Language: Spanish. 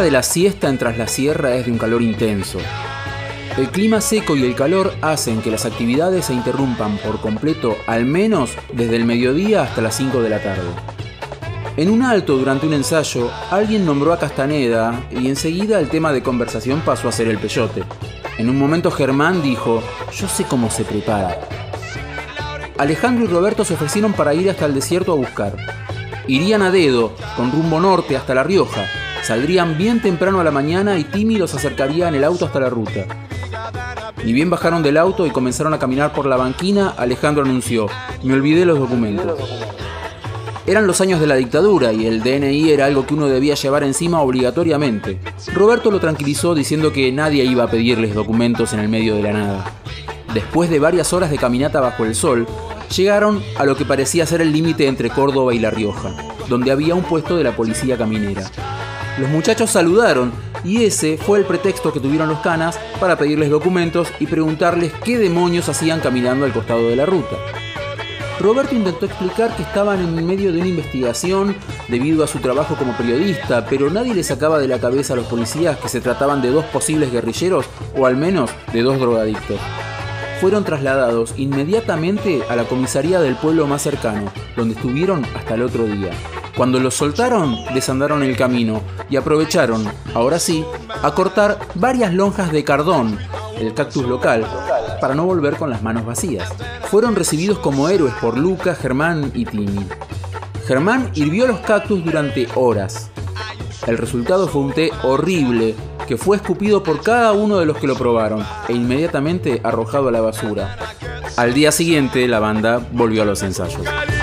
de la siesta en Traslasierra es de un calor intenso. El clima seco y el calor hacen que las actividades se interrumpan por completo, al menos desde el mediodía hasta las 5 de la tarde. En un alto durante un ensayo, alguien nombró a Castaneda y enseguida el tema de conversación pasó a ser el peyote. En un momento Germán dijo: "Yo sé cómo se prepara". Alejandro y Roberto se ofrecieron para ir hasta el desierto a buscar. Irían a dedo, con rumbo norte hasta La Rioja. Saldrían bien temprano a la mañana y Timmy los acercaría en el auto hasta la ruta. Ni bien bajaron del auto y comenzaron a caminar por la banquina, Alejandro anunció: "Me olvidé los documentos". Eran los años de la dictadura y el DNI era algo que uno debía llevar encima obligatoriamente. Roberto lo tranquilizó diciendo que nadie iba a pedirles documentos en el medio de la nada. Después de varias horas de caminata bajo el sol, llegaron a lo que parecía ser el límite entre Córdoba y La Rioja, donde había un puesto de la policía caminera. Los muchachos saludaron y ese fue el pretexto que tuvieron los canas para pedirles documentos y preguntarles qué demonios hacían caminando al costado de la ruta. Roberto intentó explicar que estaban en medio de una investigación debido a su trabajo como periodista, pero nadie le sacaba de la cabeza a los policías que se trataban de dos posibles guerrilleros o al menos de dos drogadictos. Fueron trasladados inmediatamente a la comisaría del pueblo más cercano, donde estuvieron hasta el otro día. Cuando los soltaron, desandaron el camino y aprovecharon, ahora sí, a cortar varias lonjas de cardón, el cactus local, para no volver con las manos vacías. Fueron recibidos como héroes por Luca, Germán y Timmy. Germán hirvió los cactus durante horas. El resultado fue un té horrible que fue escupido por cada uno de los que lo probaron e inmediatamente arrojado a la basura. Al día siguiente, la banda volvió a los ensayos.